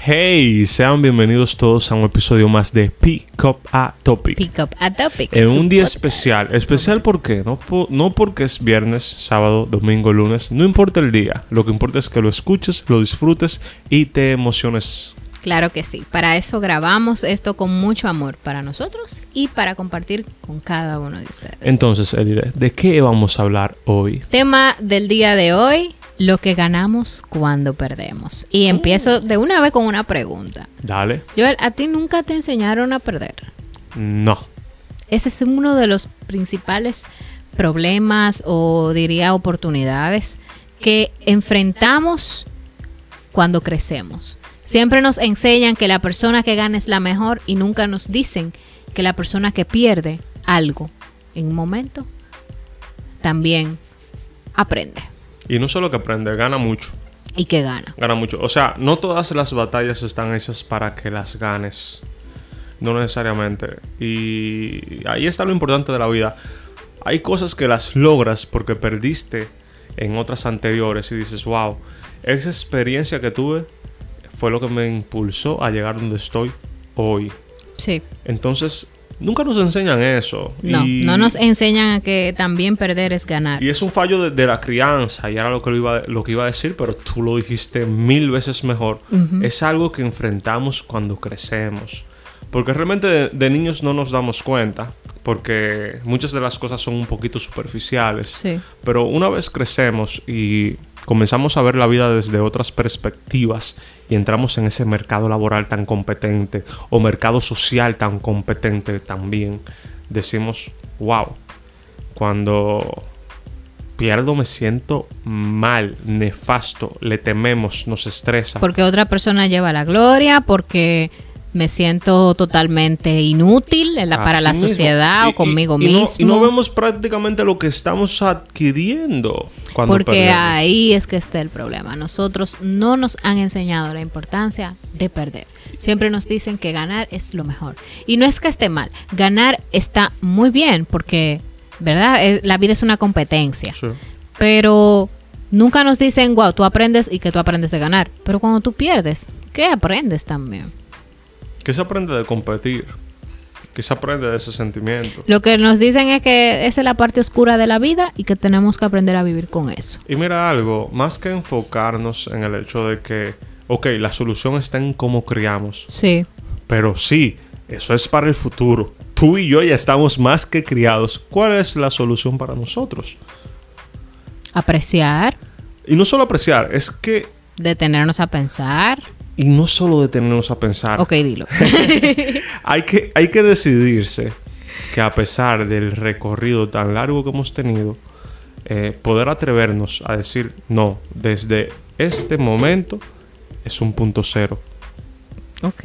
Hey, sean bienvenidos todos a un episodio más de Pick Up a Topic. Pick Up a Topic. En un día especial. ¿Especial por qué? No porque es viernes, sábado, domingo, lunes. No importa el día. Lo que importa es que lo escuches, lo disfrutes y te emociones. Claro que sí. Para eso grabamos esto con mucho amor para nosotros y para compartir con cada uno de ustedes. Entonces, Elide, ¿de qué vamos a hablar hoy? Tema del día de hoy: lo que ganamos cuando perdemos. Y empiezo de una vez con una pregunta. Dale. Joel, ¿a ti nunca te enseñaron a perder? No. Ese es uno de los principales problemas o diría oportunidades que enfrentamos cuando crecemos. Siempre nos enseñan que la persona que gana es la mejor y nunca nos dicen que la persona que pierde algo en un momento también aprende. Y no solo que aprende, gana mucho. ¿Y que gana? Gana mucho. O sea, no todas las batallas están hechas para que las ganes. No necesariamente. Y ahí está lo importante de la vida. Hay cosas que las logras porque perdiste en otras anteriores y dices, wow, esa experiencia que tuve fue lo que me impulsó a llegar donde estoy hoy. Sí. Entonces, nunca nos enseñan eso. No nos enseñan a que también perder es ganar. Y es un fallo de la crianza. Y era lo que iba a decir, pero tú lo dijiste 1000 veces mejor. Uh-huh. Es algo que enfrentamos cuando crecemos. Porque realmente de niños no nos damos cuenta. Porque muchas de las cosas son un poquito superficiales. Sí. Pero una vez crecemos y comenzamos a ver la vida desde otras perspectivas y entramos en ese mercado laboral tan competente o mercado social tan competente también, decimos, wow, cuando pierdo me siento mal, nefasto, le tememos, nos estresa. Porque otra persona lleva la gloria, porque me siento totalmente inútil para la sociedad o conmigo mismo. Y no vemos prácticamente lo que estamos adquiriendo cuando porque perdemos. Ahí es que está el problema. Nosotros no nos han enseñado la importancia de perder. Siempre nos dicen que ganar es lo mejor. Y no es que esté mal. Ganar está muy bien porque, ¿verdad? La vida es una competencia. Sí. Pero nunca nos dicen, wow, tú aprendes y que tú aprendes de ganar. Pero cuando tú pierdes, ¿qué aprendes también? ¿Qué se aprende de competir? ¿Qué se aprende de ese sentimiento? Lo que nos dicen es que esa es la parte oscura de la vida y que tenemos que aprender a vivir con eso. Y mira algo, más que enfocarnos en el hecho de que, ok, la solución está en cómo criamos. Sí. Pero sí, eso es para el futuro. Tú y yo ya estamos más que criados. ¿Cuál es la solución para nosotros? Apreciar. Y no solo apreciar, es que... detenernos a pensar. Y no solo detenernos a pensar. Ok, dilo. hay que decidirse que a pesar del recorrido tan largo que hemos tenido, poder atrevernos a decir, no, desde este momento es un punto cero. Ok.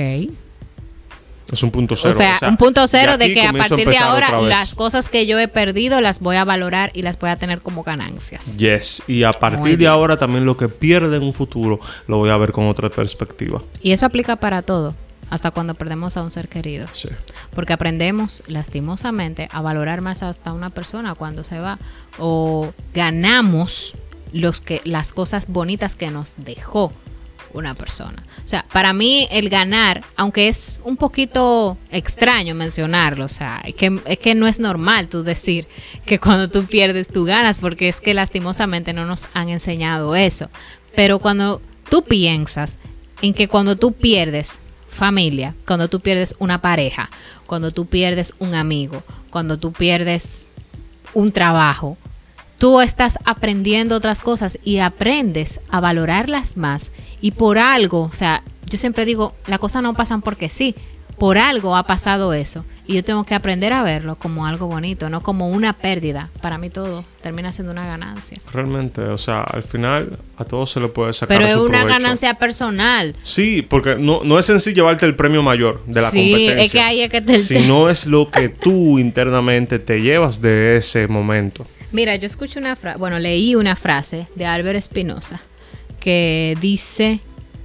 Es un punto cero. O sea, un punto cero de que a partir de ahora las cosas que yo he perdido las voy a valorar y las voy a tener como ganancias. Yes. Y a partir de ahora también lo que pierde en un futuro lo voy a ver con otra perspectiva. Y eso aplica para todo, hasta cuando perdemos a un ser querido. Sí. Porque aprendemos lastimosamente a valorar más hasta una persona cuando se va. O ganamos las cosas bonitas que nos dejó una persona. O sea, para mí el ganar, aunque es un poquito extraño mencionarlo, o sea, es que no es normal tú decir que cuando tú pierdes tú ganas, porque es que lastimosamente no nos han enseñado eso. Pero cuando tú piensas en que cuando tú pierdes familia, cuando tú pierdes una pareja, cuando tú pierdes un amigo, cuando tú pierdes un trabajo, tú estás aprendiendo otras cosas y aprendes a valorarlas más. Y por algo, o sea, yo siempre digo, las cosas no pasan porque sí. Por algo ha pasado eso. Y yo tengo que aprender a verlo como algo bonito, no como una pérdida. Para mí todo termina siendo una ganancia. Realmente, o sea, al final a todo se le puede sacar pero su es una provecho. Ganancia personal. Sí, porque no es en sí llevarte el premio mayor de la competencia. Sí, es que ahí es que sino es lo que tú internamente te llevas de ese momento. Mira, yo escuché leí una frase de Albert Espinosa que dice: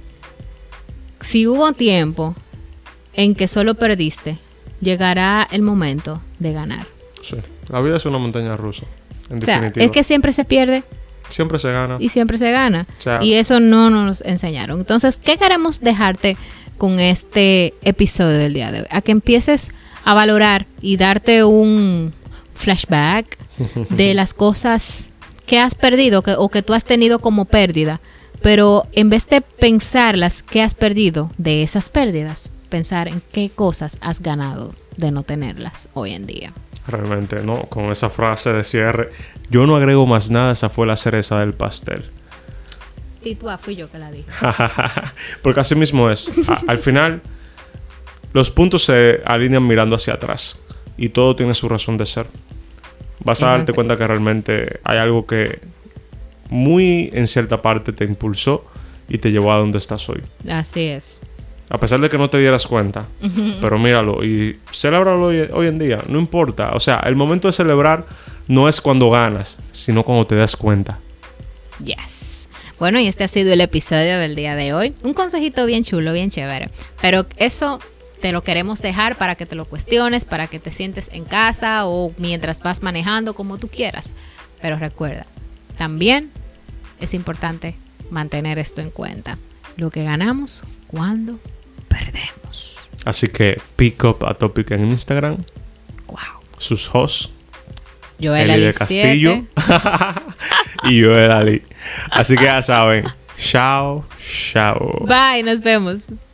si hubo tiempo en que solo perdiste, llegará el momento de ganar. Sí, la vida es una montaña rusa, en definitiva. Es que siempre se pierde Siempre se gana. Y siempre se gana. O sea, Y eso no nos enseñaron. Entonces, ¿qué queremos dejarte con este episodio del día de hoy? A que empieces a valorar y darte un flashback de las cosas que has perdido o que tú has tenido como pérdida. Pero en vez de pensar las que has perdido de esas pérdidas, pensar en qué cosas has ganado de no tenerlas hoy en día. Realmente, ¿no? Con esa frase de cierre, yo no agrego más nada, esa fue la cereza del pastel. Titua, fui yo que la dije. Porque así mismo es. Al final, los puntos se alinean mirando hacia atrás. Y todo tiene su razón de ser. Vas a darte cuenta que realmente hay algo que muy en cierta parte te impulsó y te llevó a donde estás hoy. Así es. A pesar de que no te dieras cuenta. Pero míralo y celébralo hoy en día. No importa. O sea, el momento de celebrar no es cuando ganas, sino cuando te das cuenta. Yes. Bueno, y este ha sido el episodio del día de hoy. Un consejito bien chulo, bien chévere. Pero eso te lo queremos dejar para que te lo cuestiones, para que te sientes en casa o mientras vas manejando, como tú quieras. Pero recuerda, también es importante mantener esto en cuenta. Lo que ganamos cuando perdemos. Así que pick up a topic en Instagram. Wow. Sus hosts. Joel Eli de Ali Castillo. 7. Y Joel Ali. Así que ya saben. Chao, chao. Bye, nos vemos.